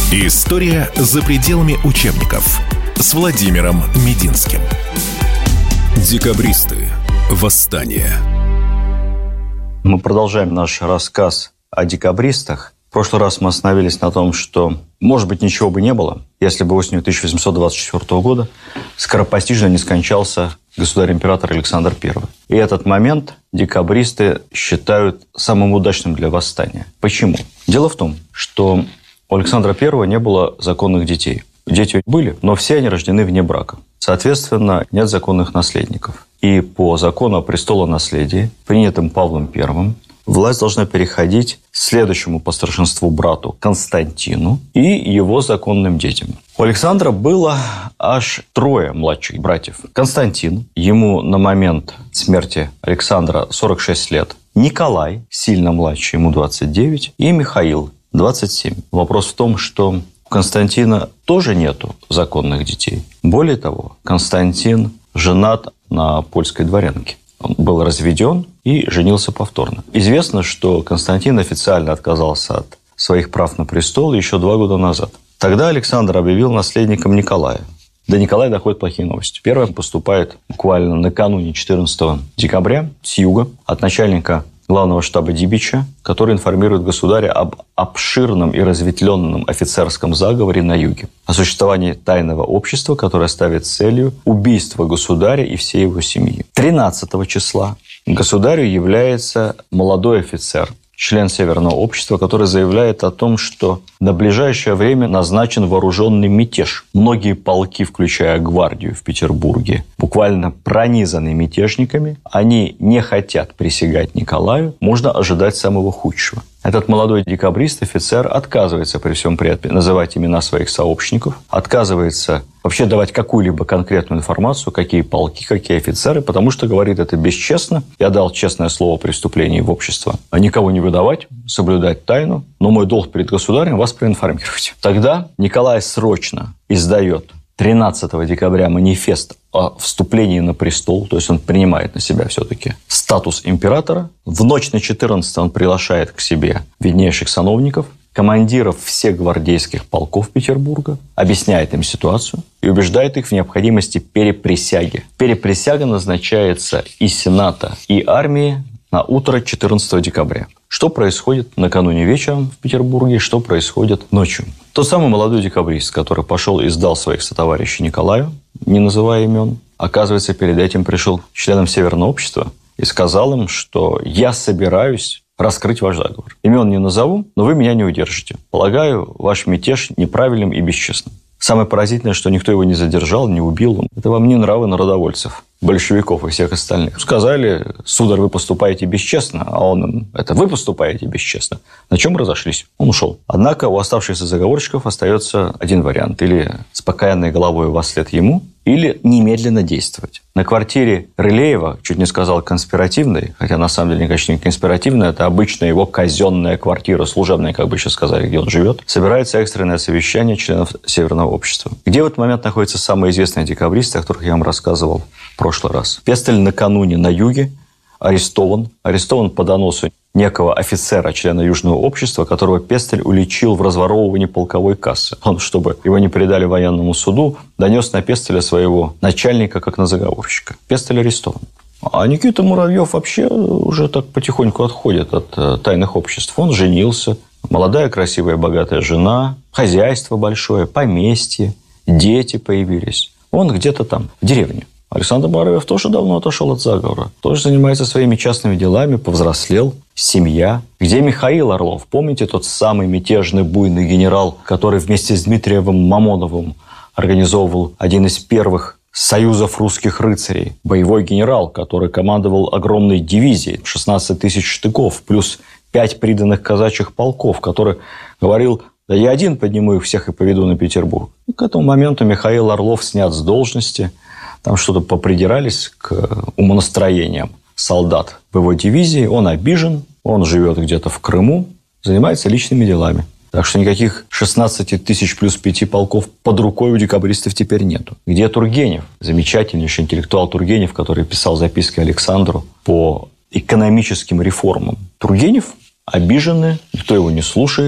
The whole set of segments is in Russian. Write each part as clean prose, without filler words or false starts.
История за пределами учебников с Владимиром Мединским. Декабристы. Восстание. Мы продолжаем наш рассказ о декабристах. В прошлый раз мы остановились на том, что, может быть, ничего бы не было, если бы осенью 1824 года скоропостижно не скончался государь-император Александр I. И этот момент декабристы считают самым удачным для восстания. Почему? Дело в том, что у Александра I не было законных детей. Дети были, но все они рождены вне брака. Соответственно, нет законных наследников. И по закону о престолонаследии, принятым Павлом I, власть должна переходить следующему по старшинству брату Константину и его законным детям. У Александра было аж 3 младших братьев. Константин, ему на момент смерти Александра 46 лет. Николай, сильно младший, ему 29. И Михаил, 27. Вопрос в том, что у Константина тоже нету законных детей. Более того, Константин женат на польской дворянке. Он был разведен и женился повторно. Известно, что Константин официально отказался от своих прав на престол еще 2 года назад. Тогда Александр объявил наследником Николая. До Николая доходят плохие новости. Первый поступает буквально накануне 14 декабря с юга от начальника главного штаба Дибича, который информирует государя об обширном и разветвленном офицерском заговоре на юге, о существовании тайного общества, которое ставит целью убийство государя и всей его семьи. 13 числа государю является молодой офицер, член Северного общества, который заявляет о том, что на ближайшее время назначен вооруженный мятеж. Многие полки, включая гвардию в Петербурге, буквально пронизаны мятежниками. Они не хотят присягать Николаю. Можно ожидать самого худшего. Этот молодой декабрист, офицер, отказывается при всем при этом называть имена своих сообщников, отказывается вообще давать какую-либо конкретную информацию, какие полки, какие офицеры, потому что, говорит, это бесчестно. Я дал честное слово о преступлении в общество. А никого не выдавать, соблюдать тайну, но мой долг перед государем вас проинформировать. Тогда Николай срочно издает 13 декабря манифест о вступлении на престол, то есть он принимает на себя все-таки статус императора. В ночь на 14 он приглашает к себе виднейших сановников, командиров всех гвардейских полков Петербурга, объясняет им ситуацию и убеждает их в необходимости переприсяги. Переприсяга назначается и Сената, и армии на утро 14 декабря. Что происходит накануне вечером в Петербурге, что происходит ночью? Тот самый молодой декабрист, который пошел и сдал своих сотоварищей Николаю, не называя имен, оказывается, перед этим пришел к членам Северного общества и сказал им, что я собираюсь раскрыть ваш заговор. Имен не назову, но вы меня не удержите. Полагаю, ваш мятеж неправильным и бесчестным. Самое поразительное, что никто его не задержал, не убил. Это вам не нравы народовольцев, большевиков и всех остальных. Сказали: сударь, вы поступаете бесчестно, а он им: это вы поступаете бесчестно. На чем разошлись? Он ушел. Однако у оставшихся заговорщиков остается один вариант: или с покаянной головой во след ему, или немедленно действовать. На квартире Рылеева, чуть не сказал конспиративной, хотя на самом деле, конечно, не конспиративная, это обычная его казенная квартира, служебная, как бы сейчас сказали, где он живет, собирается экстренное совещание членов Северного общества. Где в этот момент находятся самые известные декабристы, о которых я вам рассказывал в прошлый раз. Пестель накануне на юге арестован по доносу некого офицера, члена Южного общества, которого Пестель уличил в разворовывании полковой кассы. Он, чтобы его не предали военному суду, донес на Пестеля своего начальника как на заговорщика. Пестель арестован. А Никита Муравьев вообще уже так потихоньку отходит от тайных обществ. Он женился, молодая, красивая, богатая жена, хозяйство большое, поместье, дети появились. Он где-то там, в деревне. Александр Муравьев тоже давно отошел от заговора. Тоже занимается своими частными делами, повзрослел. Семья. Где Михаил Орлов? Помните тот самый мятежный, буйный генерал, который вместе с Дмитриевым Мамоновым организовывал один из первых союзов русских рыцарей? Боевой генерал, который командовал огромной дивизией, 16 тысяч штыков, плюс 5 приданных казачьих полков, который говорил: да я один подниму их всех и поведу на Петербург. И к этому моменту Михаил Орлов снят с должности. Там что-то попридирались к умонастроениям солдат в его дивизии. Он обижен, он живет где-то в Крыму, занимается личными делами. Так что никаких 16 тысяч плюс 5 полков под рукой у декабристов теперь нету. Где Тургенев? Замечательнейший интеллектуал Тургенев, который писал записки Александру по экономическим реформам. Тургенев обиженный, никто его не слушает.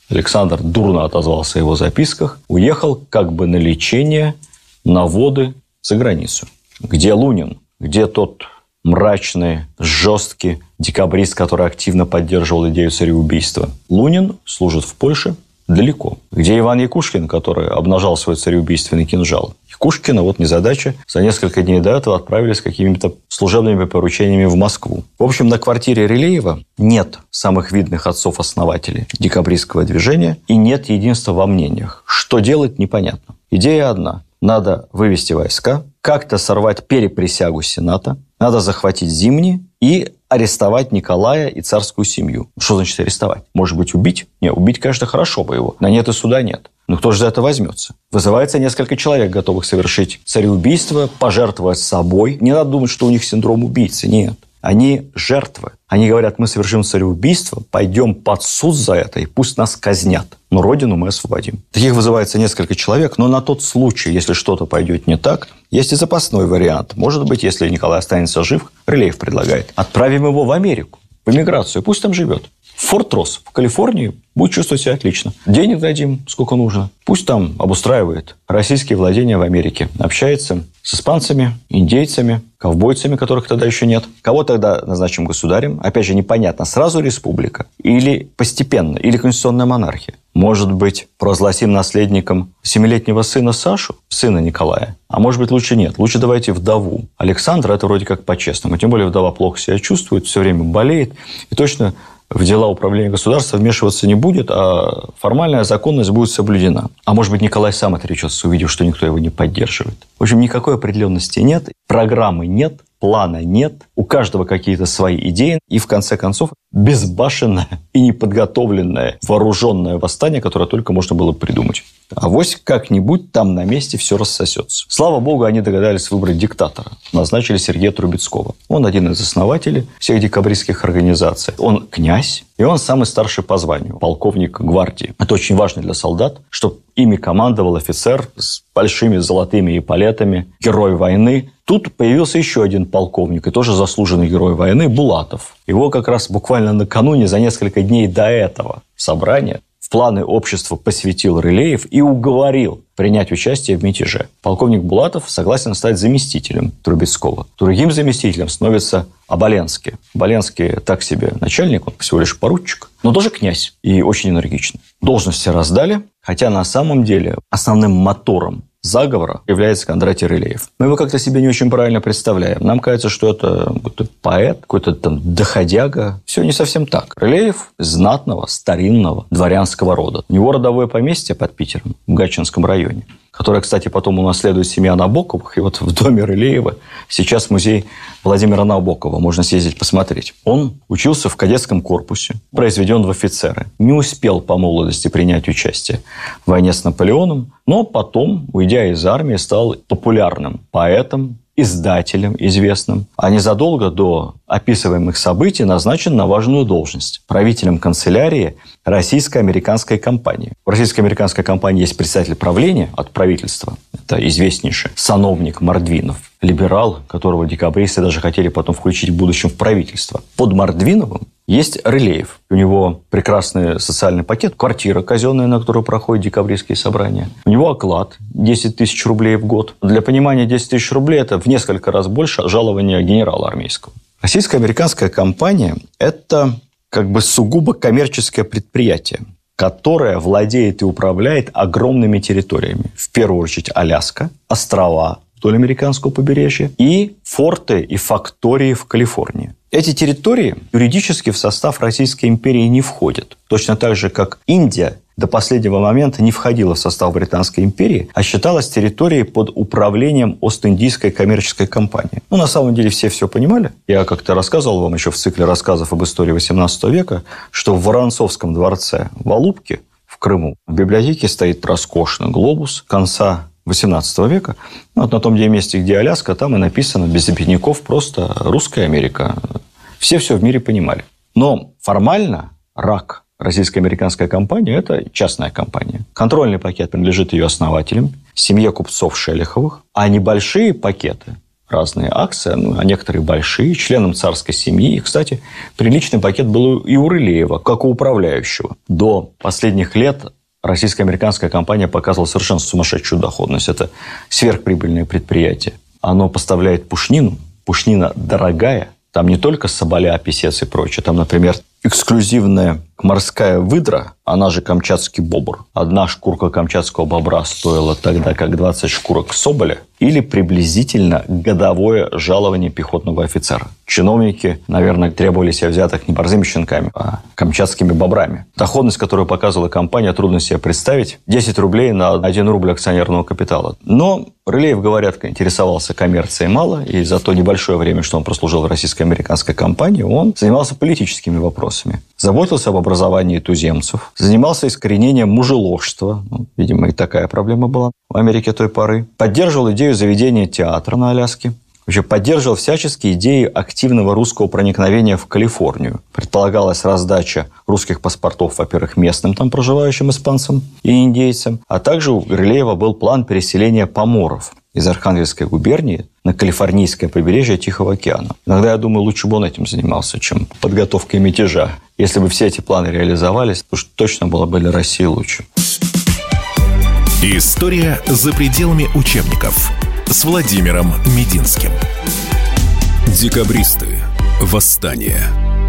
Александр дурно отозвался о его записках, уехал как бы на лечение, на воды за границу. Где Лунин? Где тот мрачный, жесткий декабрист, который активно поддерживал идею цареубийства? Лунин служит в Польше далеко. Где Иван Якушкин, который обнажал свой цареубийственный кинжал? Якушкина, вот незадача, за несколько дней до этого отправились с какими-то служебными поручениями в Москву. В общем, на квартире Рылеева нет самых видных отцов-основателей декабристского движения и нет единства во мнениях. Что делать, непонятно. Идея одна. Надо вывести войска, как-то сорвать переприсягу Сената, надо захватить Зимний и арестовать Николая и царскую семью. Что значит арестовать? Может быть, убить? Не, убить, конечно, хорошо бы его. Но нет и суда нет. Но кто же за это возьмется? Вызывается несколько человек, готовых совершить цареубийство, пожертвовать собой. Не надо думать, что у них синдром убийцы. Нет. Они жертвы. Они говорят, мы совершим цареубийство, пойдем под суд за это, и пусть нас казнят. Но родину мы освободим. Таких вызывается несколько человек, но на тот случай, если что-то пойдет не так, есть и запасной вариант. Может быть, если Николай останется жив, Рылеев предлагает, отправим его в Америку, в эмиграцию, пусть там живет. В Форт Росс, в Калифорнии, будет чувствовать себя отлично. Денег дадим, сколько нужно. Пусть там обустраивает российские владения в Америке. Общается с испанцами, индейцами, ковбойцами, которых тогда еще нет. Кого тогда назначим государем? Опять же, непонятно, сразу республика или постепенно, или конституционная монархия. Может быть, провозгласим наследником 7-летнего сына Сашу, сына Николая? А может быть, лучше нет. Лучше давайте вдову. Александр, это вроде как по-честному. Тем более, вдова плохо себя чувствует, все время болеет. И точно в дела управления государства вмешиваться не будет, а формальная законность будет соблюдена. А может быть, Николай сам отречется, увидев, что никто его не поддерживает. В общем, никакой определенности нет, программы нет, плана нет, у каждого какие-то свои идеи. И, в конце концов, безбашенное и неподготовленное вооруженное восстание, которое только можно было придумать. Авось как-нибудь там на месте все рассосется. Слава богу, они догадались выбрать диктатора. Назначили Сергея Трубецкого. Он один из основателей всех декабристских организаций. Он князь, и он самый старший по званию, полковник гвардии. Это очень важно для солдат, чтобы ими командовал офицер с большими золотыми эполетами, герой войны. Тут появился еще один полковник, и тоже заслуженный герой войны, Булатов. Его как раз буквально накануне, за несколько дней до этого собрания, в планы общества посвятил Рылеев и уговорил принять участие в мятеже. Полковник Булатов согласен стать заместителем Трубецкого. Другим заместителем становится Оболенский. Оболенский так себе начальник, он всего лишь поручик, но тоже князь и очень энергичный. Должности раздали, хотя на самом деле основным мотором заговора является Кондратий Рылеев. Мы его как-то себе не очень правильно представляем. Нам кажется, что это какой-то поэт, какой-то там доходяга. Все не совсем так. Рылеев знатного, старинного, дворянского рода. У него родовое поместье под Питером, в Гатчинском районе, которое, кстати, потом унаследует семья Набоковых. И вот в доме Рылеева сейчас музей Владимира Набокова. Можно съездить посмотреть. Он учился в кадетском корпусе, произведен в офицеры. Не успел по молодости принять участие в войне с Наполеоном, но потом, уйдя из армии, стал популярным поэтом, издателем известным, а незадолго до описываемых событий назначен на важную должность – правителем канцелярии российско-американской компании. В российско-американской компании есть председатель правления от правительства, это известнейший сановник Мордвинов, либерал, которого декабристы даже хотели потом включить в будущем в правительство. Под Мордвиновым есть Рылеев. У него прекрасный социальный пакет, квартира казенная, на которую проходят декабристские собрания. У него оклад 10 тысяч рублей в год. Для понимания, 10 тысяч рублей – это в несколько раз больше жалования генерала армейского. Российско-американская компания – это как бы сугубо коммерческое предприятие, которое владеет и управляет огромными территориями. В первую очередь Аляска, острова вдоль американского побережья и форты и фактории в Калифорнии. Эти территории юридически в состав Российской империи не входят. Точно так же, как Индия до последнего момента не входила в состав Британской империи, а считалась территорией под управлением Ост-Индийской коммерческой компании. Ну, на самом деле, все понимали. Я как-то рассказывал вам еще в цикле рассказов об истории XVIII века, что в Воронцовском дворце в Алупке, в Крыму, в библиотеке стоит роскошный глобус конца XVIII века. Вот на том месте, где Аляска, там и написано без обиняков просто «Русская Америка». Все в мире понимали. Но формально РАК, российско-американская компания, это частная компания. Контрольный пакет принадлежит ее основателям, семье купцов Шелиховых, а небольшие пакеты разные акции, а некоторые большие, членам царской семьи. И, кстати, приличный пакет был и у Рылеева, как у управляющего. До последних лет российско-американская компания показывала совершенно сумасшедшую доходность. Это сверхприбыльное предприятие. Оно поставляет пушнину. Пушнина дорогая. Там не только соболя, писец и прочее. Там, например, эксклюзивная морская выдра, она же камчатский бобр. Одна шкурка камчатского бобра стоила тогда как 20 шкурок соболя или приблизительно годовое жалование пехотного офицера. Чиновники, наверное, требовали себе взяток не борзыми щенками, а камчатскими бобрами. Доходность, которую показывала компания, трудно себе представить. 10 рублей на 1 рубль акционерного капитала. Но Рылеев, говорят, интересовался коммерцией мало, и за то небольшое время, что он прослужил в российско-американской компании, он занимался политическими вопросами. Заботился об образовании туземцев, занимался искоренением мужеложства. Видимо, и такая проблема была в Америке той поры. Поддерживал идею заведения театра на Аляске. Вообще поддерживал всяческие идеи активного русского проникновения в Калифорнию. Предполагалась раздача русских паспортов, во-первых, местным там проживающим испанцам и индейцам, а также у Рылеева был план переселения поморов из Архангельской губернии на калифорнийское побережье Тихого океана. Иногда я думаю, лучше бы он этим занимался, чем подготовкой мятежа. Если бы все эти планы реализовались, то уж точно было бы для России лучше. История за пределами учебников с Владимиром Мединским. Декабристы. Восстание.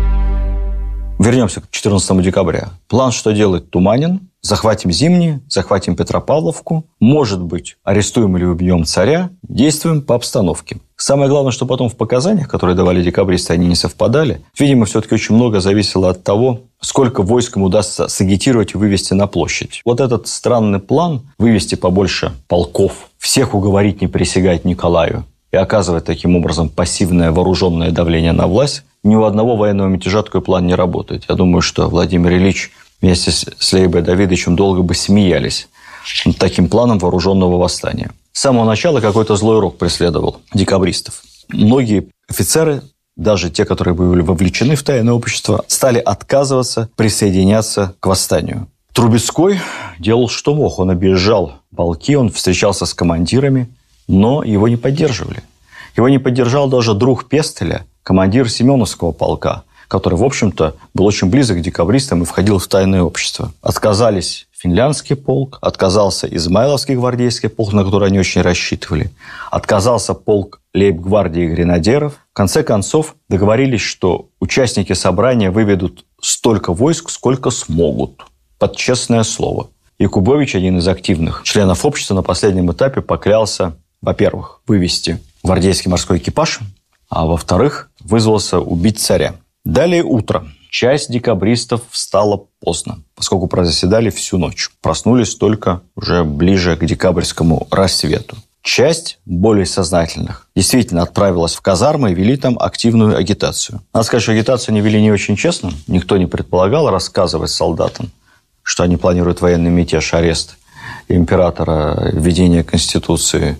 Вернемся к 14 декабря. План, что делать, туманен. Захватим Зимний, захватим Петропавловку. Может быть, арестуем или убьем царя. Действуем по обстановке. Самое главное, что потом в показаниях, которые давали декабристы, они не совпадали. Видимо, все-таки очень много зависело от того, сколько войск им удастся сагитировать и вывести на площадь. Вот этот странный план вывести побольше полков, всех уговорить не присягать Николаю и оказывать таким образом пассивное вооруженное давление на власть, ни у одного военного мятежа такой план не работает. Я думаю, что Владимир Ильич вместе с Лейбой Давидовичем долго бы смеялись над таким планом вооруженного восстания. С самого начала какой-то злой рок преследовал декабристов. Многие офицеры, даже те, которые были вовлечены в тайное общество, стали отказываться присоединяться к восстанию. Трубецкой делал, что мог. Он объезжал полки, он встречался с командирами, но его не поддерживали. Его не поддержал даже друг Пестеля, командир Семеновского полка, который, в общем-то, был очень близок к декабристам и входил в тайное общество. Отказались финляндский полк, отказался Измайловский гвардейский полк, на который они очень рассчитывали, отказался полк лейб-гвардии гренадеров. В конце концов договорились, что участники собрания выведут столько войск, сколько смогут, под честное слово. Якубович, один из активных членов общества, на последнем этапе поклялся, во-первых, вывести гвардейский морской экипаж, а во-вторых, вызвался убить царя. Далее утро. Часть декабристов встала поздно, поскольку прозаседали всю ночь. Проснулись только уже ближе к декабрьскому рассвету. Часть более сознательных действительно отправилась в казармы и вели там активную агитацию. Надо сказать, что агитацию они вели не очень честно. Никто не предполагал рассказывать солдатам, что они планируют военный мятеж, арест императора, введение Конституции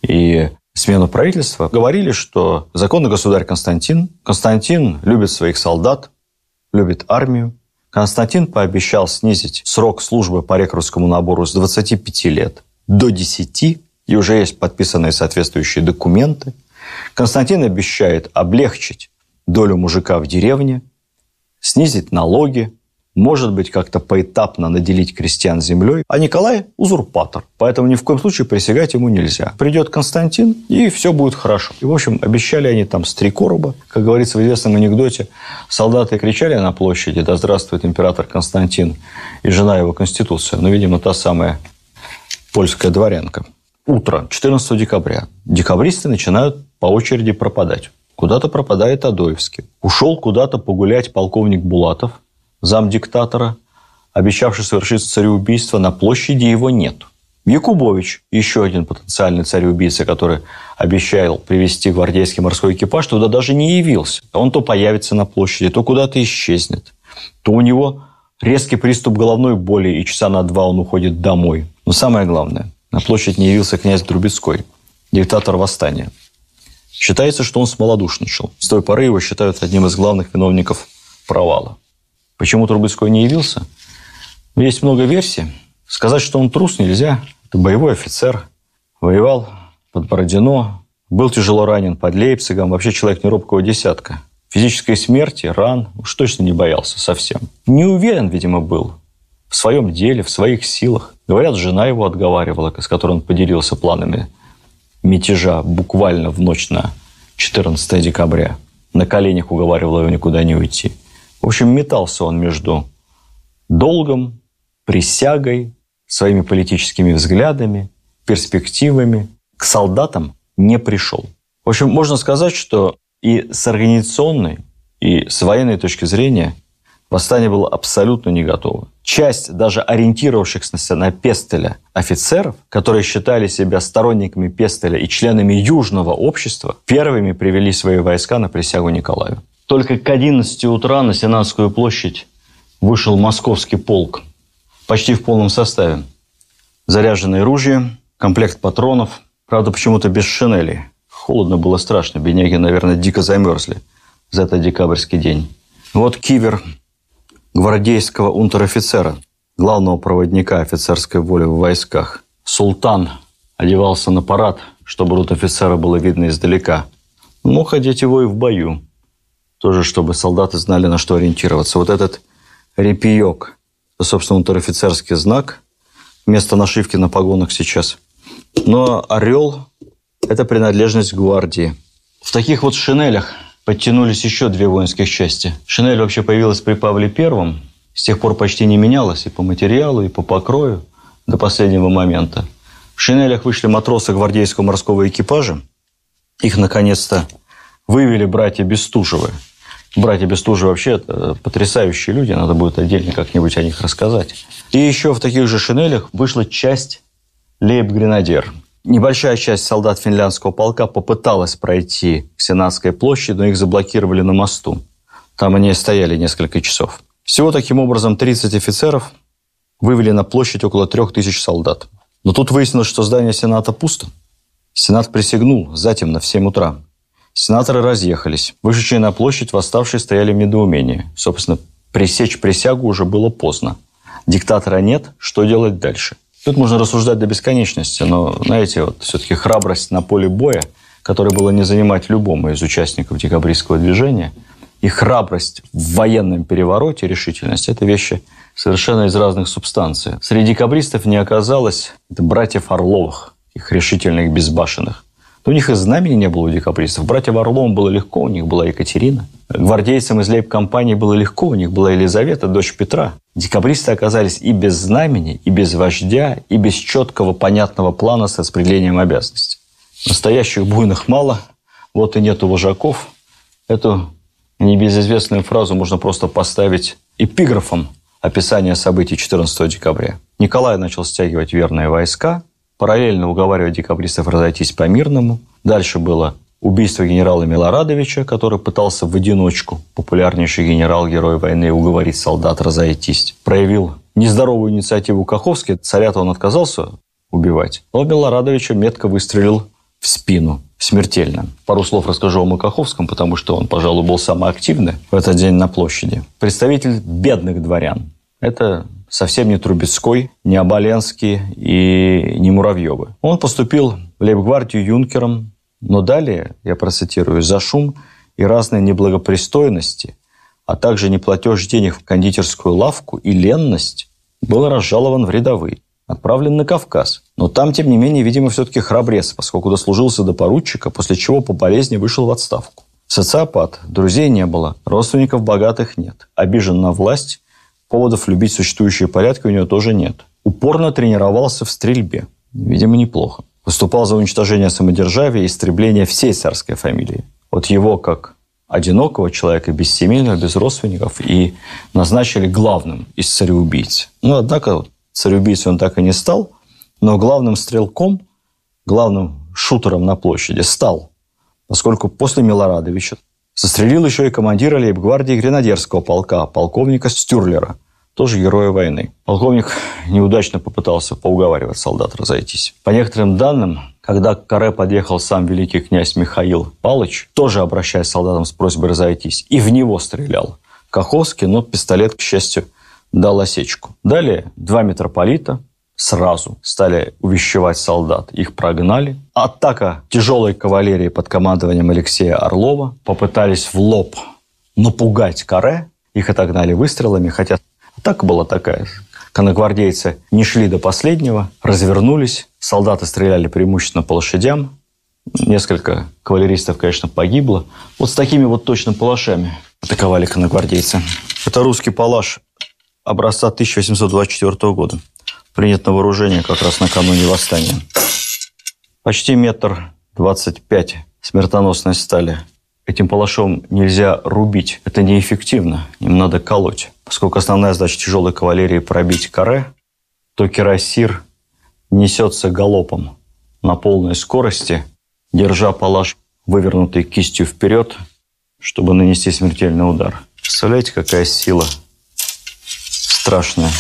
и смену правительства. Говорили, что законный государь Константин любит своих солдат, любит армию. Константин пообещал снизить срок службы по рекрутскому набору с 25 лет до 10, и уже есть подписанные соответствующие документы. Константин обещает облегчить долю мужика в деревне, снизить налоги, может быть, как-то поэтапно наделить крестьян землей. А Николай – узурпатор, поэтому ни в коем случае присягать ему нельзя. Придет Константин, и все будет хорошо. И, в общем, обещали они там с 3 короба. Как говорится в известном анекдоте, солдаты кричали на площади: «Да здравствует император Константин и жена его Конституция». Ну, видимо, та самая польская дворянка. Утро 14 декабря. Декабристы начинают по очереди пропадать. Куда-то пропадает Адоевский. Ушел куда-то погулять полковник Булатов, замдиктатора, обещавший совершить цареубийство. На площади его нет. Якубович, еще один потенциальный цареубийца, который обещал привести гвардейский морской экипаж, туда даже не явился. Он то появится на площади, то куда-то исчезнет. То у него резкий приступ головной боли, и часа на 2 он уходит домой. Но самое главное, на площадь не явился князь Трубецкой, диктатор восстания. Считается, что он смолодушничал. С той поры его считают одним из главных виновников провала. Почему Трубецкой не явился? Есть много версий. Сказать, что он трус, нельзя. Это боевой офицер. Воевал под Бородино, Был тяжело ранен под Лейпцигом. Вообще человек не робкого десятка. Физической смерти, ран уж точно не боялся совсем. Не уверен, видимо, был в своем деле, в своих силах. Говорят, жена его отговаривала, с которой он поделился планами мятежа буквально в ночь на 14 декабря. На коленях уговаривала его никуда не уйти. В общем, метался он между долгом, присягой, своими политическими взглядами, перспективами. К солдатам не пришел. В общем, можно сказать, что и с организационной, и с военной точки зрения восстание было абсолютно не готово. Часть даже ориентировавшихся на Пестеля офицеров, которые считали себя сторонниками Пестеля и членами Южного общества, первыми привели свои войска на присягу Николаю. Только к 11 утра на Сенатскую площадь вышел московский полк, почти в полном составе. Заряженные ружья, комплект патронов, правда, почему-то без шинелей. Холодно было страшно, бедняги, наверное, дико замерзли за этот декабрьский день. Вот кивер гвардейского унтер-офицера, главного проводника офицерской воли в войсках. Султан одевался на парад, чтобы рот офицера было видно издалека. Мог одеть его и в бою. Тоже, чтобы солдаты знали, на что ориентироваться. Вот этот репеек, собственно, унтер-офицерский знак, вместо нашивки на погонах сейчас. Но орел – это принадлежность гвардии. В таких вот шинелях подтянулись еще 2 воинских части. Шинель вообще появилась при Павле I. С тех пор почти не менялась и по материалу, и по покрою до последнего момента. В шинелях вышли матросы гвардейского морского экипажа. Их, наконец-то, вывели братья Бестужевы. Братья Бестужевы вообще это потрясающие люди. Надо будет отдельно как-нибудь о них рассказать. И еще в таких же шинелях вышла часть лейб-гренадер. Небольшая часть солдат финляндского полка попыталась пройти к Сенатской площади, но их заблокировали на мосту. Там они стояли несколько часов. Всего таким образом 30 офицеров вывели на площадь около 3000 солдат. Но тут выяснилось, что здание Сената пусто. Сенат присягнул затемно в 7 утра. Сенаторы разъехались. Вышедшие на площадь восставшие стояли в недоумении. Собственно, пресечь присягу уже было поздно. Диктатора нет, что делать дальше? Тут можно рассуждать до бесконечности, но, знаете, вот все-таки храбрость на поле боя, которой было не занимать любому из участников декабристского движения, и храбрость в военном перевороте, решительность – это вещи совершенно из разных субстанций. Среди декабристов не оказалось братьев Орловых, их решительных, безбашенных. У них и знамени не было у декабристов. Братьям Орловым было легко, у них была Екатерина. Гвардейцам из лейб-компании было легко, у них была Елизавета, дочь Петра. Декабристы оказались и без знамени, и без вождя, и без четкого, понятного плана с распределением обязанностей. Настоящих буйных мало, вот и нету вожаков. Эту небезызвестную фразу можно просто поставить эпиграфом описания событий 14 декабря. Николай начал стягивать верные войска, параллельно уговаривать декабристов разойтись по-мирному. Дальше было убийство генерала Милорадовича, который пытался в одиночку, популярнейший генерал, герой войны, уговорить солдат разойтись. Проявил нездоровую инициативу Каховский. Царя-то он отказался убивать. Но Милорадовича метко выстрелил в спину. Смертельно. Пару слов расскажу о Макаховском, потому что он, пожалуй, был самый активный в этот день на площади. Представитель бедных дворян. Это совсем не Трубецкой, не Оболенский и не Муравьевы. Он поступил в лейб-гвардию юнкером, но далее, я процитирую, за шум и разные неблагопристойности, а также неплатеж денег в кондитерскую лавку и ленность, был разжалован в рядовые, отправлен на Кавказ. Но там, тем не менее, видимо, все-таки храбрец, поскольку дослужился до поручика, после чего по болезни вышел в отставку. Социопат, друзей не было, родственников богатых нет, обижен на власть, поводов любить существующие порядки у него тоже нет. Упорно тренировался в стрельбе. Видимо, неплохо. Выступал за уничтожение самодержавия и истребление всей царской фамилии. Вот его, как одинокого человека, без семейного, без родственников, и назначили главным из цареубийц. Но, однако, цареубийцей он так и не стал, но главным стрелком, главным шутером на площади стал, поскольку после Милорадовича застрелил еще и командира лейб-гвардии гренадерского полка, полковника Стюрлера, тоже героя войны. Полковник неудачно попытался поуговаривать солдат разойтись. По некоторым данным, когда к каре подъехал сам великий князь Михаил Палыч, тоже обращаясь к солдатам с просьбой разойтись, и в него стрелял Каховский, но пистолет, к счастью, дал осечку. Далее 2 митрополита, сразу стали увещевать солдат. Их прогнали. Атака тяжелой кавалерии под командованием Алексея Орлова. Попытались в лоб напугать каре. Их отогнали выстрелами, хотя атака была такая. Конногвардейцы не шли до последнего, развернулись. Солдаты стреляли преимущественно по лошадям. Несколько кавалеристов, конечно, погибло. Вот с такими вот точно палашами атаковали конногвардейцы. Это русский палаш образца 1824 года. Принят на вооружение как раз накануне восстания. Почти 1,25 м смертоносной стали. Этим палашом нельзя рубить. Это неэффективно. Им надо колоть. Поскольку основная задача тяжелой кавалерии пробить каре, то кирасир несется галопом на полной скорости, держа палаш вывернутой кистью вперед, чтобы нанести смертельный удар. Представляете, какая сила страшная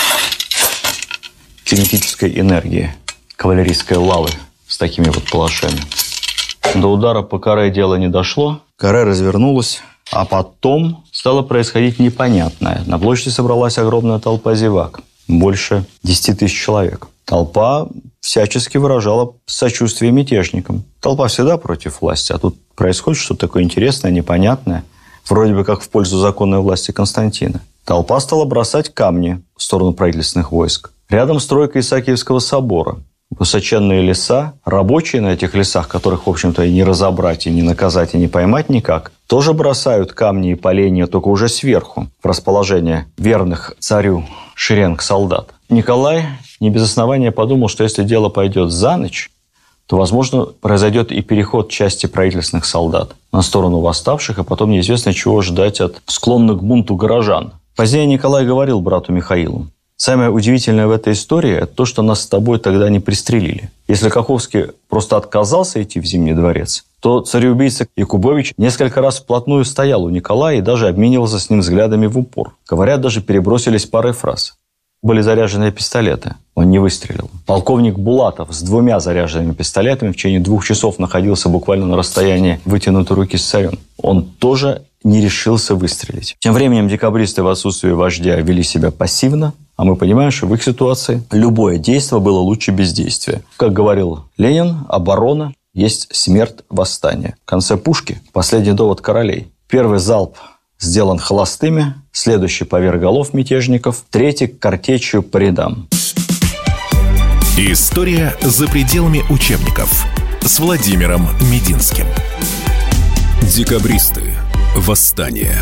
кинетической энергии, кавалерийской лавы с такими вот палашами. До удара по каре дело не дошло. Каре развернулась, а потом стало происходить непонятное. На площади собралась огромная толпа зевак. Больше 10 тысяч человек. Толпа всячески выражала сочувствие мятежникам. Толпа всегда против власти, а тут происходит что-то такое интересное, непонятное, вроде бы как в пользу законной власти Константина. Толпа стала бросать камни в сторону правительственных войск. Рядом стройка Исаакиевского собора. Высоченные леса, рабочие на этих лесах, которых, в общем-то, и не разобрать, и не наказать, и не поймать никак, тоже бросают камни и поленья, только уже сверху, в расположение верных царю шеренг солдат. Николай не без основания подумал, что если дело пойдет за ночь, то, возможно, произойдет и переход части правительственных солдат на сторону восставших, а потом неизвестно, чего ждать от склонных к бунту горожан. Позднее Николай говорил брату Михаилу: «Самое удивительное в этой истории – это то, что нас с тобой тогда не пристрелили. Если Каховский просто отказался идти в Зимний дворец, то цареубийца Якубович несколько раз вплотную стоял у Николая и даже обменивался с ним взглядами в упор. Говорят, даже перебросились парой фраз. Были заряженные пистолеты. Он не выстрелил. Полковник Булатов с 2 заряженными пистолетами в течение 2 часов находился буквально на расстоянии вытянутой руки с царем. Он тоже не решился выстрелить. Тем временем декабристы в отсутствии вождя вели себя пассивно, а мы понимаем, что в их ситуации любое действие было лучше бездействия. Как говорил Ленин, оборона есть смерть восстания. В конце пушки последний довод королей. Первый залп сделан холостыми, следующий поверх голов мятежников, третий картечью по рядам. История за пределами учебников с Владимиром Мединским. Декабристы. Восстание.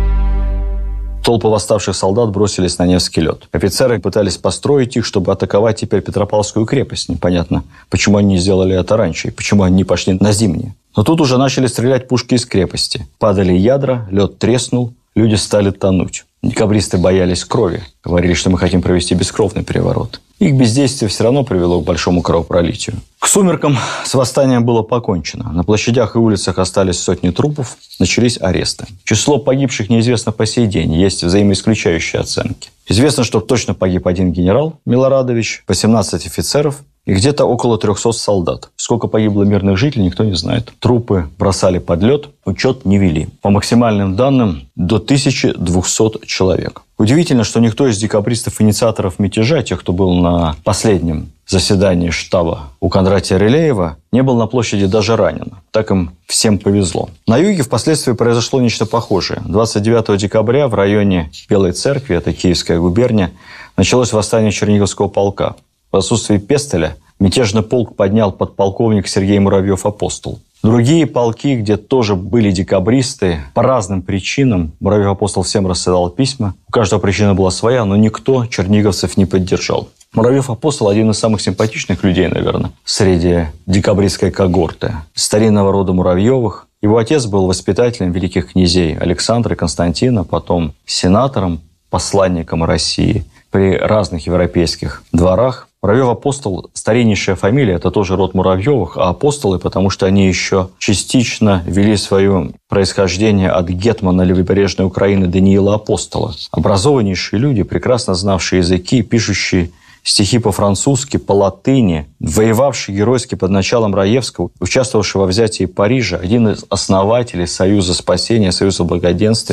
Толпы восставших солдат бросились на Невский лед. Офицеры пытались построить их, чтобы атаковать теперь Петропавловскую крепость. Непонятно, почему они не сделали это раньше и почему они не пошли на Зимнее. Но тут уже начали стрелять пушки из крепости. Падали ядра, лед треснул, люди стали тонуть. Декабристы боялись крови. Говорили, что мы хотим провести бескровный переворот. Их бездействие все равно привело к большому кровопролитию. К сумеркам с восстанием было покончено. На площадях и улицах остались сотни трупов, начались аресты. Число погибших неизвестно по сей день, есть взаимоисключающие оценки. Известно, что точно погиб 1 генерал Милорадович, 18 офицеров и где-то около 300 солдат. Сколько погибло мирных жителей, никто не знает. Трупы бросали под лед, учет не вели. По максимальным данным, до 1200 человек. Удивительно, что никто из декабристов-инициаторов мятежа, тех, кто был на последнем заседании штаба у Кондратия Рылеева, не был на площади даже ранен. Так им всем повезло. На юге впоследствии произошло нечто похожее. 29 декабря в районе Белой Церкви, это Киевская губерния, началось восстание Черниговского полка. В отсутствии Пестеля мятежный полк поднял подполковник Сергей Муравьев-Апостол. Другие полки, где тоже были декабристы, по разным причинам, Муравьев-Апостол всем рассылал письма. У каждого причина была своя, но никто черниговцев не поддержал. Муравьев-Апостол – один из самых симпатичных людей, наверное, среди декабристской когорты. Старинного рода Муравьевых. Его отец был воспитателем великих князей Александра и Константина, потом сенатором, посланником России при разных европейских дворах. Муравьев-Апостол – стариннейшая фамилия, это тоже род Муравьевых, а апостолы, потому что они еще частично вели свое происхождение от гетмана левобережной Украины Даниила Апостола. Образованнейшие люди, прекрасно знавшие языки, пишущие стихи по-французски, по-латыни, воевавший геройски под началом Раевского, участвовавший во взятии Парижа, один из основателей Союза спасения, Союза благоденствия,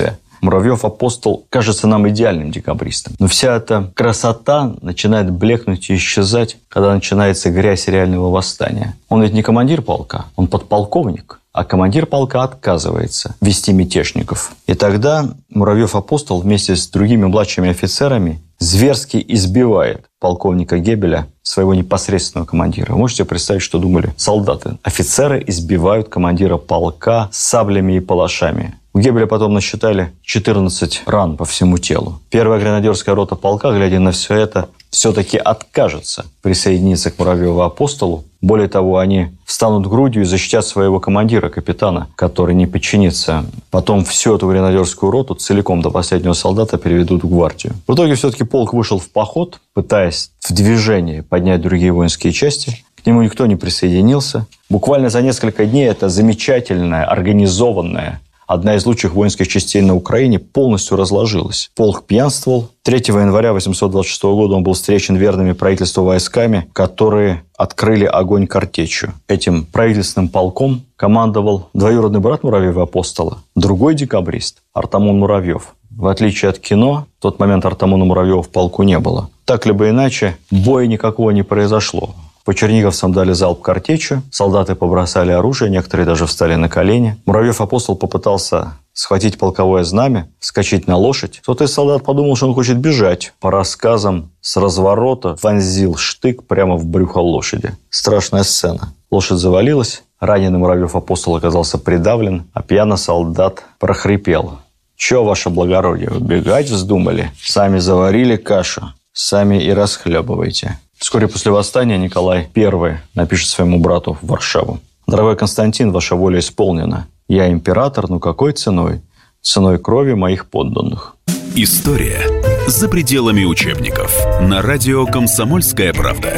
Муравьев-апостол кажется нам идеальным декабристом. Но вся эта красота начинает блекнуть и исчезать, когда начинается грязь реального восстания. Он ведь не командир полка, он подполковник. А командир полка отказывается вести мятежников. И тогда Муравьев-апостол вместе с другими младшими офицерами зверски избивает полковника Гебеля, своего непосредственного командира. Вы можете представить, что думали солдаты? Офицеры избивают командира полка саблями и палашами. У Гебеля потом насчитали 14 ран по всему телу. Первая гренадерская рота полка, глядя на все это, все-таки откажется присоединиться к Муравьеву-апостолу. Более того, они встанут грудью и защитят своего командира, капитана, который не подчинится. Потом всю эту гренадерскую роту целиком до последнего солдата переведут в гвардию. В итоге все-таки полк вышел в поход, пытаясь в движении поднять другие воинские части. К нему никто не присоединился. Буквально за несколько дней эта замечательная, организованная, одна из лучших воинских частей на Украине полностью разложилась. Полк пьянствовал. 3 января 1826 года он был встречен верными правительству войсками, которые открыли огонь картечью. Этим правительственным полком командовал двоюродный брат Муравьева-апостола, другой декабрист, Артамон Муравьев. В отличие от кино, в тот момент Артамона Муравьева в полку не было. Так либо иначе, боя никакого не произошло. По черниговцам дали залп картечью, солдаты побросали оружие, некоторые даже встали на колени. Муравьев-апостол попытался схватить полковое знамя, вскочить на лошадь. Кто-то из солдат подумал, что он хочет бежать. По рассказам, с разворота вонзил штык прямо в брюхо лошади. Страшная сцена. Лошадь завалилась, раненый Муравьев-апостол оказался придавлен, а пьяный солдат прохрипел: «Че, ваше благородие, убегать вздумали? Сами заварили кашу, сами и расхлебывайте». Вскоре после восстания Николай I напишет своему брату в Варшаву: «Дорогой Константин, ваша воля исполнена. Я император, но какой ценой? Ценой крови моих подданных». История за пределами учебников. На радио «Комсомольская правда».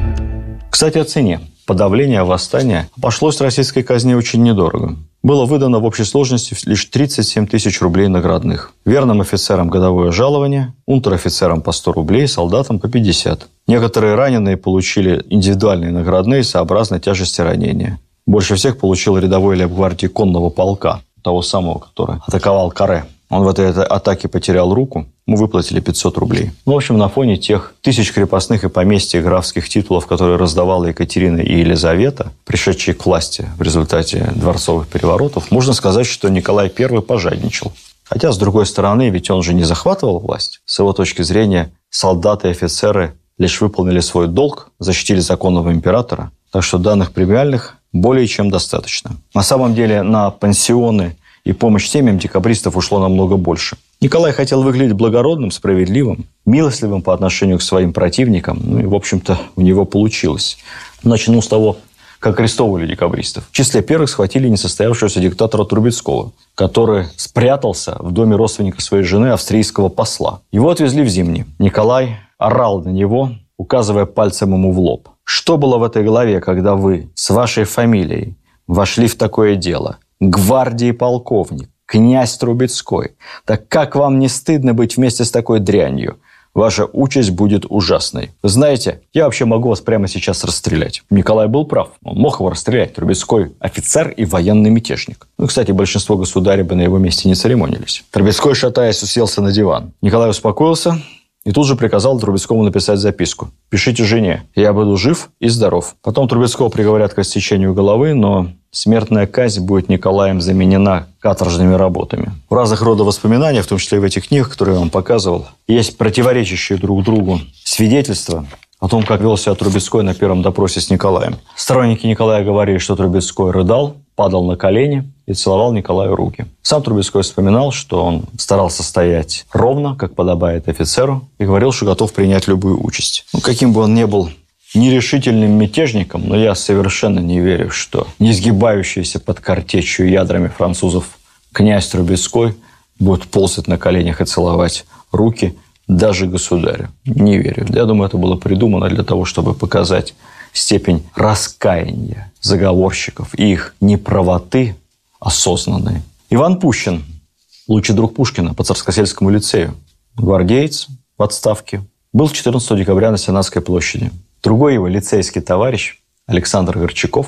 Кстати, о цене. Подавление восстания обошлось российской казне очень недорого. Было выдано в общей сложности лишь 37 тысяч рублей наградных. Верным офицерам годовое жалование, унтер-офицерам по 100 рублей, солдатам по 50. Некоторые раненые получили индивидуальные наградные сообразно тяжести ранения. Больше всех получил рядовой лейб-гвардии конного полка, того самого, который атаковал Каре. Он в этой атаке потерял руку, ему выплатили 500 рублей. В общем, на фоне тех тысяч крепостных и поместьй графских титулов, которые раздавала Екатерина и Елизавета, пришедшие к власти в результате дворцовых переворотов, можно сказать, что Николай I пожадничал. Хотя, с другой стороны, ведь он же не захватывал власть. С его точки зрения, солдаты и офицеры лишь выполнили свой долг, защитили законного императора. Так что данных премиальных более чем достаточно. На самом деле, на пансионы и помощь семьям декабристов ушло намного больше. Николай хотел выглядеть благородным, справедливым, милостливым по отношению к своим противникам. Ну и, в общем-то, у него получилось. Начну с того, как арестовывали декабристов. В числе первых схватили несостоявшегося диктатора Трубецкого, который спрятался в доме родственника своей жены, австрийского посла. Его отвезли в Зимний. Николай орал на него, указывая пальцем ему в лоб: «Что было в этой голове, когда вы с вашей фамилией вошли в такое дело? Гвардии полковник, князь Трубецкой. Так как вам не стыдно быть вместе с такой дрянью? Ваша участь будет ужасной. Вы знаете, я вообще могу вас прямо сейчас расстрелять». Николай был прав. Он мог его расстрелять. Трубецкой – офицер и военный мятежник. Ну, кстати, большинство государей бы на его месте не церемонились. Трубецкой, шатаясь, уселся на диван. Николай успокоился и тут же приказал Трубецкому написать записку: «Пишите жене, я буду жив и здоров». Потом Трубецкого приговорят к отсечению головы, но смертная казнь будет Николаем заменена каторжными работами. В разных родах воспоминаниях, в том числе и в этих книгах, которые я вам показывал, есть противоречащие друг другу свидетельства о том, как вел себя Трубецкой на первом допросе с Николаем. Сторонники Николая говорили, что Трубецкой рыдал, падал на колени и целовал Николаю руки. Сам Трубецкой вспоминал, что он старался стоять ровно, как подобает офицеру, и говорил, что готов принять любую участь. Каким бы он ни был нерешительным мятежником, но я совершенно не верю, что не сгибающийся под картечью ядрами французов князь Трубецкой будет ползать на коленях и целовать руки даже государю. Не верю. Я думаю, это было придумано для того, чтобы показать степень раскаяния заговорщиков и их неправоты осознанной. Иван Пущин, лучший друг Пушкина по Царскосельскому лицею, гвардеец в отставке, был 14 декабря на Сенатской площади. Другой его лицейский товарищ, Александр Горчаков,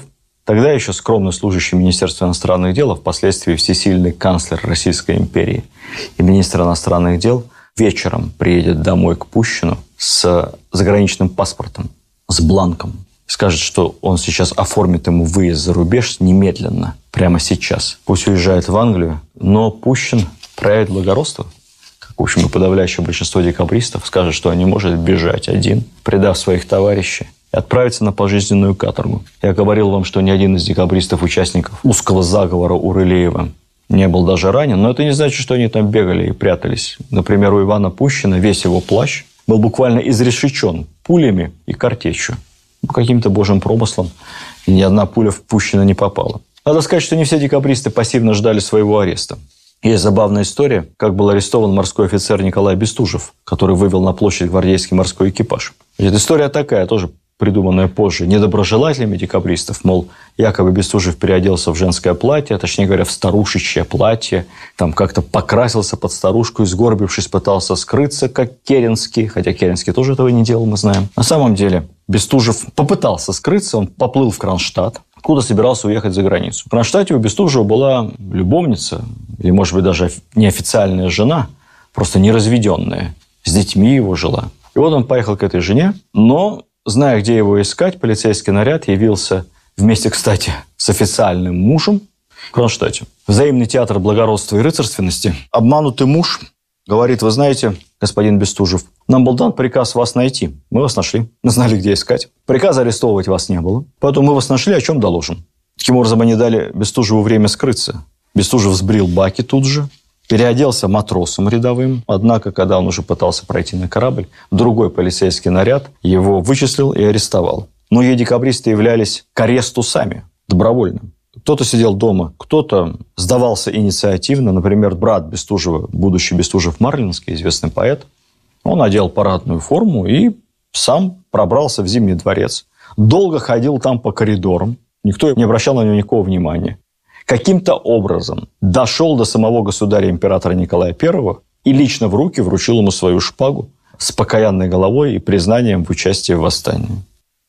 Тогда еще скромно служащий Министерства иностранных дел, а впоследствии всесильный канцлер Российской империи и министр иностранных дел вечером приедет домой к Пущину с заграничным паспортом, с бланком. Скажет, что он сейчас оформит ему выезд за рубеж немедленно, прямо сейчас. Пусть уезжает в Англию, но Пущин проявит благородство, как, в общем, и подавляющее большинство декабристов, скажет, что он не может бежать один, предав своих товарищей, и отправиться на пожизненную каторгу. Я говорил вам, что ни один из декабристов, участников узкого заговора у Рылеева, не был даже ранен, но это не значит, что они там бегали и прятались. Например, у Ивана Пущина весь его плащ был буквально изрешечен пулями и картечью. Каким-то божьим промыслом ни одна пуля в Пущина не попала. Надо сказать, что не все декабристы пассивно ждали своего ареста. Есть забавная история, как был арестован морской офицер Николай Бестужев, который вывел на площадь гвардейский морской экипаж. Эта история такая, тоже придуманная позже, недоброжелателями декабристов, мол, якобы Бестужев переоделся в женское платье, точнее говоря, в старушечье платье, там как-то покрасился под старушку и, сгорбившись, пытался скрыться, как Керенский, хотя Керенский тоже этого не делал, мы знаем. На самом деле Бестужев попытался скрыться, он поплыл в Кронштадт, откуда собирался уехать за границу. В Кронштадте у Бестужева была любовница, или, может быть, даже неофициальная жена, просто неразведенная, с детьми его жила. И вот он поехал к этой жене, но, зная, где его искать, полицейский наряд явился вместе, кстати, с официальным мужем в Кронштадте. Взаимный театр благородства и рыцарственности. Обманутый муж говорит: вы знаете, господин Бестужев, нам был дан приказ вас найти. Мы вас нашли. Мы знали, где искать. Приказа арестовывать вас не было. Поэтому мы вас нашли, о чем доложим. Таким образом, они дали Бестужеву время скрыться. Бестужев сбрил баки тут же, переоделся матросом рядовым. Однако, когда он уже пытался пройти на корабль, другой полицейский наряд его вычислил и арестовал. Многие декабристы являлись к аресту сами, добровольно. Кто-то сидел дома, кто-то сдавался инициативно. Например, брат Бестужева, будущий Бестужев-Марлинский, известный поэт, он одел парадную форму и сам пробрался в Зимний дворец. Долго ходил там по коридорам. Никто не обращал на него никакого внимания. Каким-то образом дошел до самого государя-императора Николая I и лично в руки вручил ему свою шпагу с покаянной головой и признанием в участии в восстании.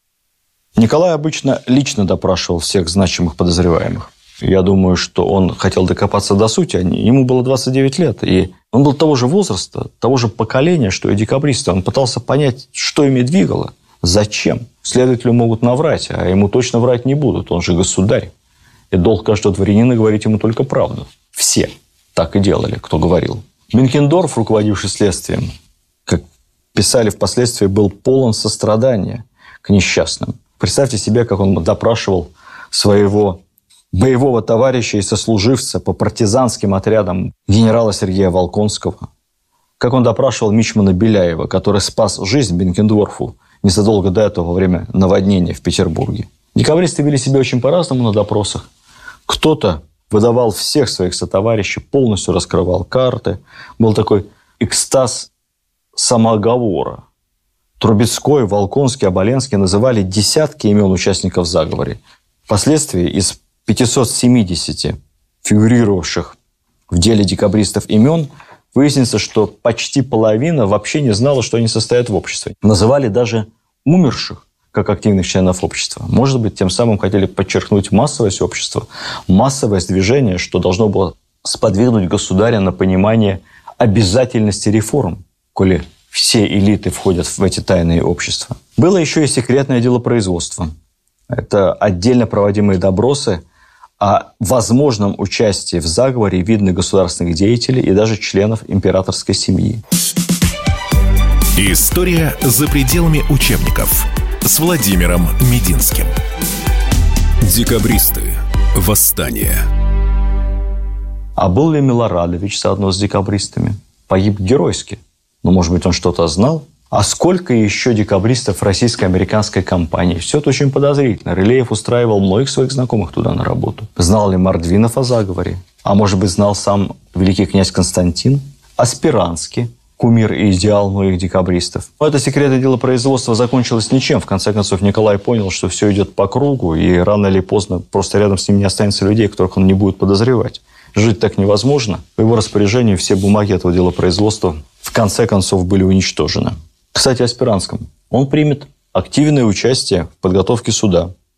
Николай обычно лично допрашивал всех значимых подозреваемых. Я думаю, что он хотел докопаться до сути. Ему было 29 лет, и он был того же возраста, того же поколения, что и декабристы. Он пытался понять, что ими двигало, зачем. Следователи могут наврать, а ему точно врать не будут. Он же государь. И долг каждого дворянина говорить ему только правду. Все так и делали, кто говорил. Бенкендорф, руководивший следствием, как писали впоследствии, был полон сострадания к несчастным. Представьте себе, как он допрашивал своего боевого товарища и сослуживца по партизанским отрядам генерала Сергея Волконского. Как он допрашивал мичмана Беляева, который спас жизнь Бенкендорфу незадолго до этого во время наводнения в Петербурге. Декабристы вели себя очень по-разному на допросах. Кто-то выдавал всех своих сотоварищей, полностью раскрывал карты. Был такой экстаз самооговора. Трубецкой, Волконский, Оболенский называли десятки имен участников заговора. Впоследствии из 570 фигурировавших в деле декабристов имен выяснится, что почти половина вообще не знала, что они состоят в обществе. Называли даже умерших как активных членов общества. Может быть, тем самым хотели подчеркнуть массовость общества, массовость движения, что должно было сподвигнуть государя на понимание обязательности реформ, коли все элиты входят в эти тайные общества. Было еще и секретное делопроизводство. Это отдельно проводимые допросы о возможном участии в заговоре видных государственных деятелей и даже членов императорской семьи. История за пределами учебников с Владимиром Мединским. Декабристы. Восстание. А был ли Милорадович заодно с декабристами? Погиб геройски. Но, может быть, он что-то знал? А сколько еще декабристов российско-американской компании? Все это очень подозрительно. Рылеев устраивал многих своих знакомых туда на работу. Знал ли Мордвинов о заговоре? А может быть, знал сам великий князь Константин? А Спиранский, кумир и идеал многих декабристов? Но это секретное делопроизводство закончилось ничем. В конце концов, Николай понял, что все идет по кругу, и рано или поздно просто рядом с ним не останется людей, которых он не будет подозревать. Жить так невозможно. По его распоряжению все бумаги этого делопроизводства в конце концов были уничтожены. Кстати, о Спиранском. Он примет активное участие в подготовке суда.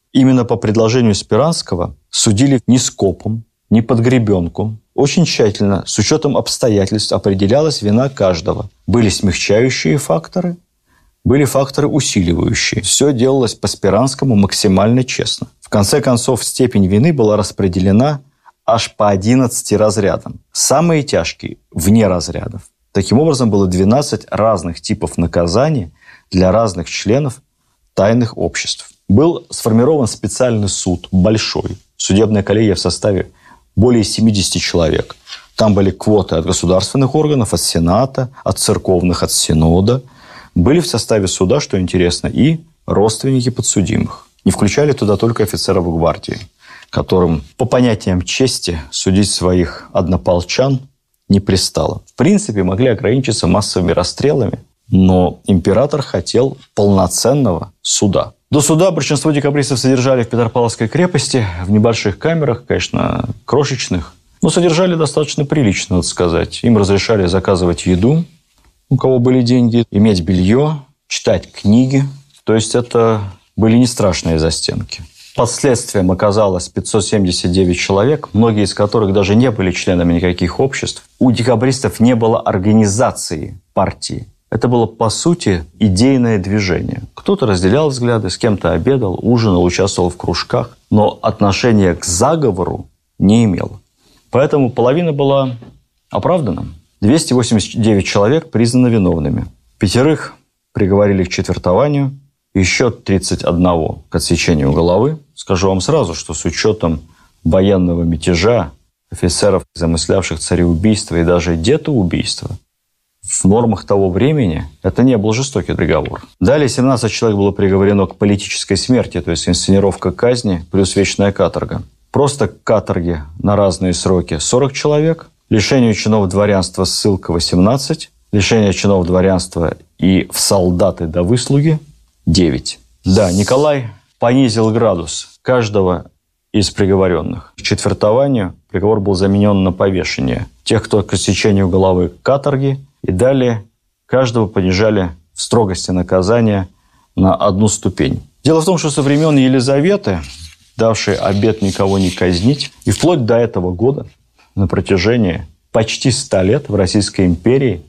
Именно по предложению Спиранского судили не скопом, не под гребенку. Очень тщательно, с учетом обстоятельств, определялась вина каждого. Были смягчающие факторы, были факторы усиливающие. Все делалось по Спиранскому максимально честно. В конце концов, степень вины была распределена аж по 11 разрядам. Самые тяжкие – вне разрядов. Таким образом, было 12 разных типов наказаний для разных членов тайных обществ. Был сформирован специальный суд, большой, судебная коллегия в составе более 70 человек. Там были квоты от государственных органов, от Сената, от церковных, от Синода. Были в составе суда, что интересно, и родственники подсудимых. Не включали туда только офицеров гвардии, которым по понятиям чести судить своих однополчан не пристало. В принципе, могли ограничиться массовыми расстрелами, но император хотел полноценного суда. До суда большинство декабристов содержали в Петропавловской крепости, в небольших камерах, конечно, крошечных, но содержали достаточно прилично, надо сказать. Им разрешали заказывать еду, у кого были деньги, иметь белье, читать книги. То есть это были не страшные застенки. Под следствием оказалось 579 человек, многие из которых даже не были членами никаких обществ. У декабристов не было организации партии. Это было, по сути, идейное движение. Кто-то разделял взгляды, с кем-то обедал, ужинал, участвовал в кружках, но отношения к заговору не имел. Поэтому половина была оправдана. 289 человек признаны виновными. 5 приговорили к четвертованию, еще 31 к отсечению головы. Скажу вам сразу, что с учетом военного мятежа, офицеров, замыслявших цареубийство и даже детоубийство, в нормах того времени это не был жестокий приговор. Далее 17 человек было приговорено к политической смерти, то есть инсценировка казни плюс вечная каторга. Просто к каторге на разные сроки 40 человек, лишению чинов дворянства ссылка 18, лишение чинов дворянства и в солдаты до выслуги 9. Да, Николай понизил градус каждого из приговоренных. К четвертованию приговор был заменен на повешение. Тех, кто к отсечению головы каторги, и далее каждого понижали в строгости наказания на 1 ступень. Дело в том, что со времен Елизаветы, давшей обет никого не казнить, и вплоть до этого года, на протяжении почти 100 лет в Российской империи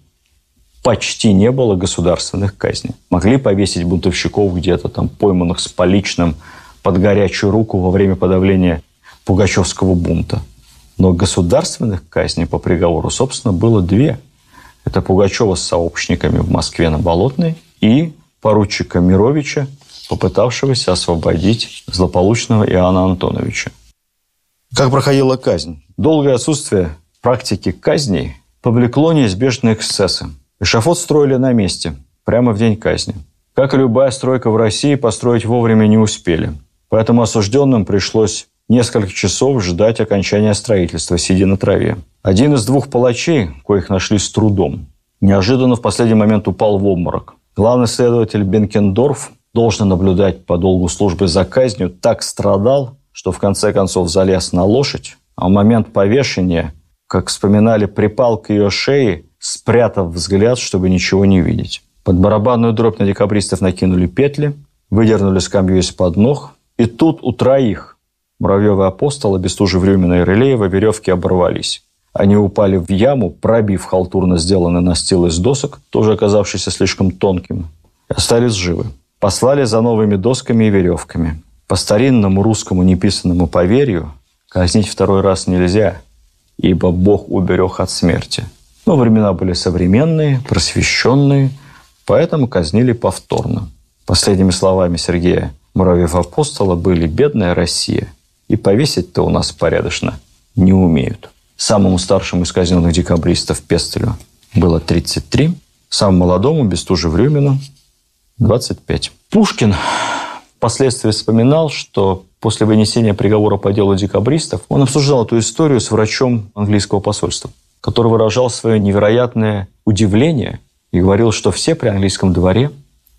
почти не было государственных казней. Могли повесить бунтовщиков где-то там, пойманных с поличным под горячую руку во время подавления Пугачевского бунта. Но государственных казней по приговору, собственно, было 2. Это Пугачева с сообщниками в Москве на Болотной и поручика Мировича, попытавшегося освободить злополучного Иоанна Антоновича. Как проходила казнь? Долгое отсутствие практики казней повлекло неизбежные эксцессы. Эшафот строили на месте, прямо в день казни. Как и любая стройка в России, построить вовремя не успели. Поэтому осужденным пришлось несколько часов ждать окончания строительства, сидя на траве. Один из 2 палачей, коих нашли с трудом, неожиданно в последний момент упал в обморок. Главный следователь Бенкендорф, должен наблюдать по долгу службы за казнью, так страдал, что в конце концов залез на лошадь, а в момент повешения, как вспоминали, припал к ее шее, спрятав взгляд, чтобы ничего не видеть. Под барабанную дробь на декабристов накинули петли, выдернули скамью из-под ног, и тут у 3 Муравьева Апостола, Бестужев-Рюмина и Рылеева веревки оборвались. Они упали в яму, пробив халтурно сделанный настил из досок, тоже оказавшийся слишком тонким, и остались живы. Послали за новыми досками и веревками. По старинному русскому неписанному поверью казнить 2 раз нельзя, ибо Бог уберег от смерти. Но времена были современные, просвещенные, поэтому казнили повторно. Последними словами Сергея Муравьева-Апостола были «Бедная Россия, и повесить-то у нас порядочно не умеют». Самому старшему из казненных декабристов Пестелю было 33, самому молодому Бестужев-Рюмину 25. Пушкин впоследствии вспоминал, что после вынесения приговора по делу декабристов он обсуждал эту историю с врачом английского посольства, который выражал свое невероятное удивление и говорил, что все при английском дворе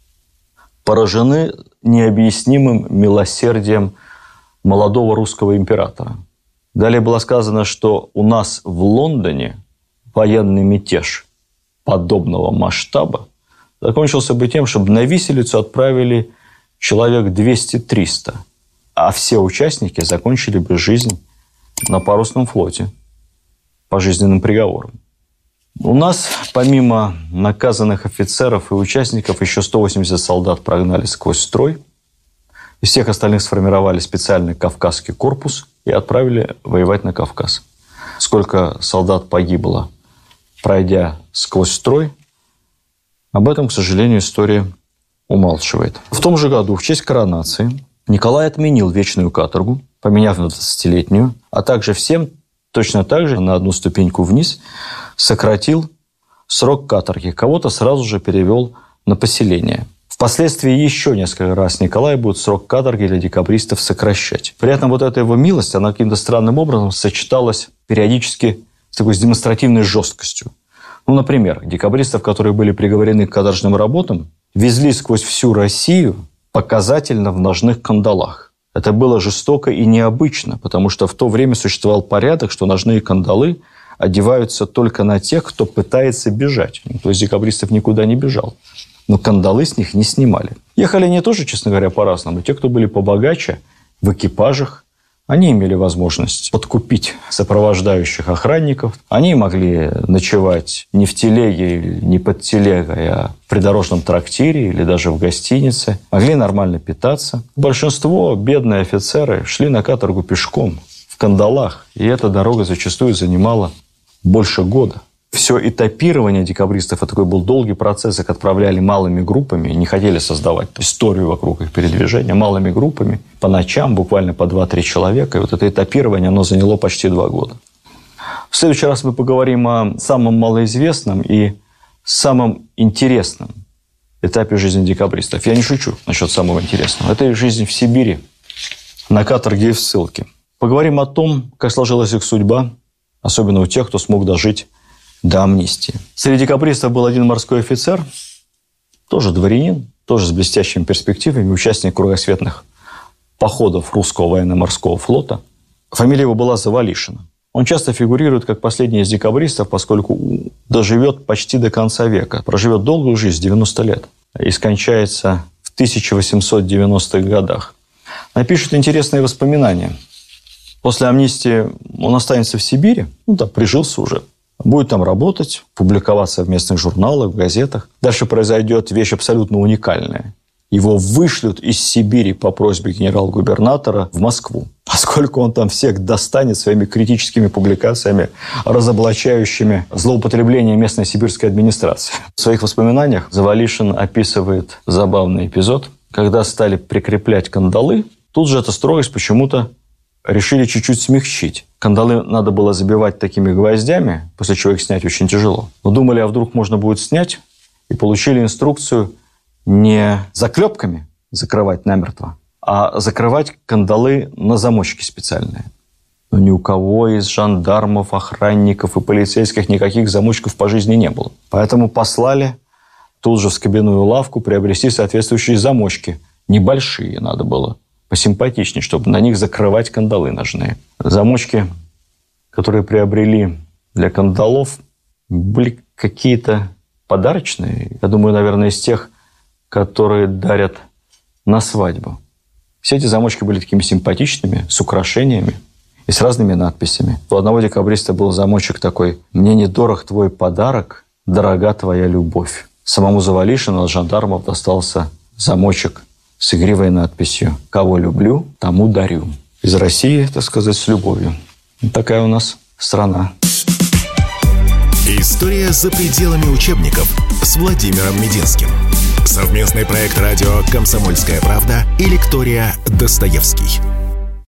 поражены необъяснимым милосердием молодого русского императора. Далее было сказано, что у нас в Лондоне военный мятеж подобного масштаба закончился бы тем, чтобы на виселицу отправили человек 200-300, а все участники закончили бы жизнь на парусном флоте пожизненным приговором. У нас, помимо наказанных офицеров и участников, еще 180 солдат прогнали сквозь строй. Из всех остальных сформировали специальный Кавказский корпус и отправили воевать на Кавказ. Сколько солдат погибло, пройдя сквозь строй, об этом, к сожалению, история умалчивает. В том же году, в честь коронации, Николай отменил вечную каторгу, поменяв на 20-летнюю, а также всем точно так же на одну ступеньку вниз сократил срок каторги. Кого-то сразу же перевел на поселение. Впоследствии еще несколько раз Николай будет срок каторги для декабристов сокращать. При этом вот эта его милость, она каким-то странным образом сочеталась периодически с такой демонстративной жесткостью. Ну, например, декабристов, которые были приговорены к каторжным работам, везли сквозь всю Россию показательно в ножных кандалах. Это было жестоко и необычно, потому что в то время существовал порядок, что ножные кандалы одеваются только на тех, кто пытается бежать. Никто из декабристов никуда не бежал. Но кандалы с них не снимали. Ехали они тоже, честно говоря, по-разному. Те, кто были побогаче, в экипажах, они имели возможность подкупить сопровождающих охранников. Они могли ночевать не в телеге, не под телегой, а в придорожном трактире или даже в гостинице. Могли нормально питаться. Большинство, бедные офицеры, шли на каторгу пешком, в кандалах. И эта дорога зачастую занимала больше года. Все этапирование декабристов, это такой был долгий процесс, их отправляли малыми группами, не хотели создавать историю вокруг их передвижения, малыми группами, по ночам, буквально по 2-3 человека. И вот это этапирование, оно заняло почти 2 года. В следующий раз мы поговорим о самом малоизвестном и самом интересном этапе жизни декабристов. Я не шучу насчет самого интересного. Это их жизнь в Сибири, на каторге и в ссылке. Поговорим о том, как сложилась их судьба, особенно у тех, кто смог дожить до амнистии. Среди декабристов был один морской офицер, тоже дворянин, тоже с блестящими перспективами, участник кругосветных походов русского военно-морского флота. Фамилия его была Завалишина. Он часто фигурирует как последний из декабристов, поскольку доживет почти до конца века. Проживет долгую жизнь, 90 лет, и скончается в 1890-х годах. Напишет интересные воспоминания. После амнистии он останется в Сибири, там прижился уже. Будет там работать, публиковаться в местных журналах, в газетах. Дальше произойдет вещь абсолютно уникальная. Его вышлют из Сибири по просьбе генерал-губернатора в Москву, поскольку он там всех достанет своими критическими публикациями, разоблачающими злоупотребление местной сибирской администрации. В своих воспоминаниях Завалишин описывает забавный эпизод. Когда стали прикреплять кандалы, тут же эта строгость почему-то решили чуть-чуть смягчить. Кандалы надо было забивать такими гвоздями, после чего их снять очень тяжело. Но думали, а вдруг можно будет снять, и получили инструкцию не заклепками закрывать намертво, а закрывать кандалы на замочки специальные. Но ни у кого из жандармов, охранников и полицейских никаких замочков по жизни не было. Поэтому послали тут же в скобяную лавку приобрести соответствующие замочки. Небольшие надо было, посимпатичнее, чтобы на них закрывать кандалы ножные. Замочки, которые приобрели для кандалов, были какие-то подарочные. Я думаю, наверное, из тех, которые дарят на свадьбу. Все эти замочки были такими симпатичными, с украшениями и с разными надписями. У одного декабриста был замочек такой: «Мне недорог твой подарок, дорога твоя любовь». Самому Завалишину от жандармов достался замочек с игривой надписью: «Кого люблю, тому дарю». Из России, так сказать, с любовью. Такая у нас страна. История за пределами учебников с Владимиром Мединским. Совместный проект радио «Комсомольская правда» и лектория «Достоевский».